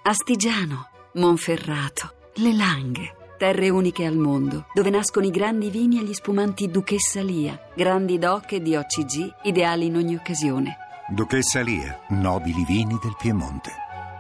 Astigiano, Monferrato, Le Langhe. Terre uniche al mondo, dove nascono i grandi vini e gli spumanti Duchessa Lia, grandi DOC e di OCG, ideali in ogni occasione. Duchessa Lia, nobili vini del Piemonte.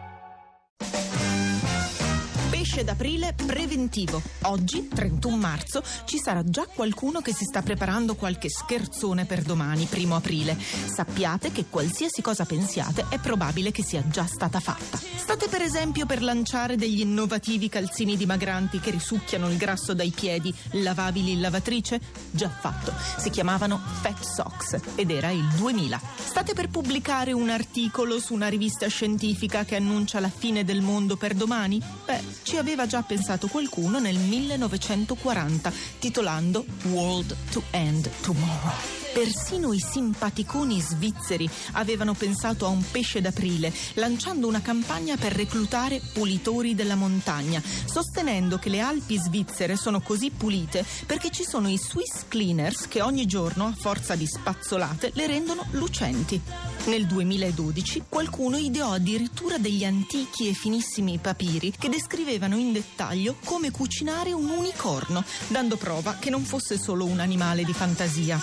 Pesce d'aprile preventivo. Oggi, 31 marzo, ci sarà già qualcuno che si sta preparando qualche scherzone per domani, 1 aprile. Sappiate che qualsiasi cosa pensiate è probabile che sia già stata fatta. State per esempio per lanciare degli innovativi calzini dimagranti che risucchiano il grasso dai piedi, lavabili in lavatrice? Già fatto. Si chiamavano Fat Socks ed era il 2000. State per pubblicare un articolo su una rivista scientifica che annuncia la fine del mondo per domani? Ci aveva già pensato qualcuno nel 1940, titolando World to End Tomorrow. Persino i simpaticoni svizzeri avevano pensato a un pesce d'aprile, lanciando una campagna per reclutare pulitori della montagna, sostenendo che le Alpi svizzere sono così pulite perché ci sono i Swiss Cleaners che ogni giorno, a forza di spazzolate, le rendono lucenti. Nel 2012 qualcuno ideò addirittura degli antichi e finissimi papiri che descrivevano in dettaglio come cucinare un unicorno, dando prova che non fosse solo un animale di fantasia.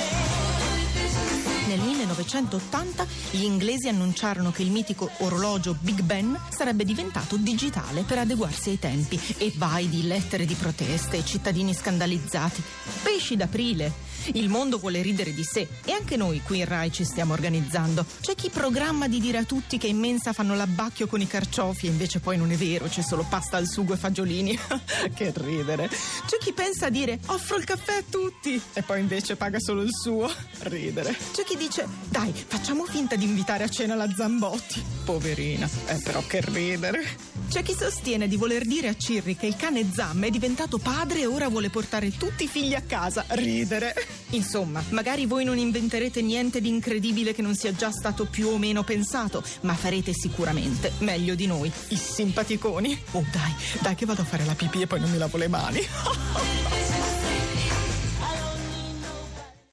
Nel 1980 gli inglesi annunciarono che il mitico orologio Big Ben sarebbe diventato digitale per adeguarsi ai tempi, e vai di lettere di proteste e cittadini scandalizzati. Pesci d'aprile! Il mondo vuole ridere di sé e anche noi qui in Rai ci stiamo organizzando. C'è chi programma di dire a tutti che in mensa fanno l'abbacchio con i carciofi e invece poi non è vero, c'è solo pasta al sugo e fagiolini. Che ridere. C'è chi pensa a dire offro il caffè a tutti e poi invece paga solo il suo. Ridere. C'è chi dice dai, facciamo finta di invitare a cena la Zambotti. Poverina. Però che ridere. C'è chi sostiene di voler dire a Cirri che il cane Zam è diventato padre e ora vuole portare tutti i figli a casa. Ridere. Insomma, magari voi non inventerete niente di incredibile che non sia già stato più o meno pensato, ma farete sicuramente meglio di noi, i simpaticoni. Oh dai che vado a fare la pipì e poi non mi lavo le mani.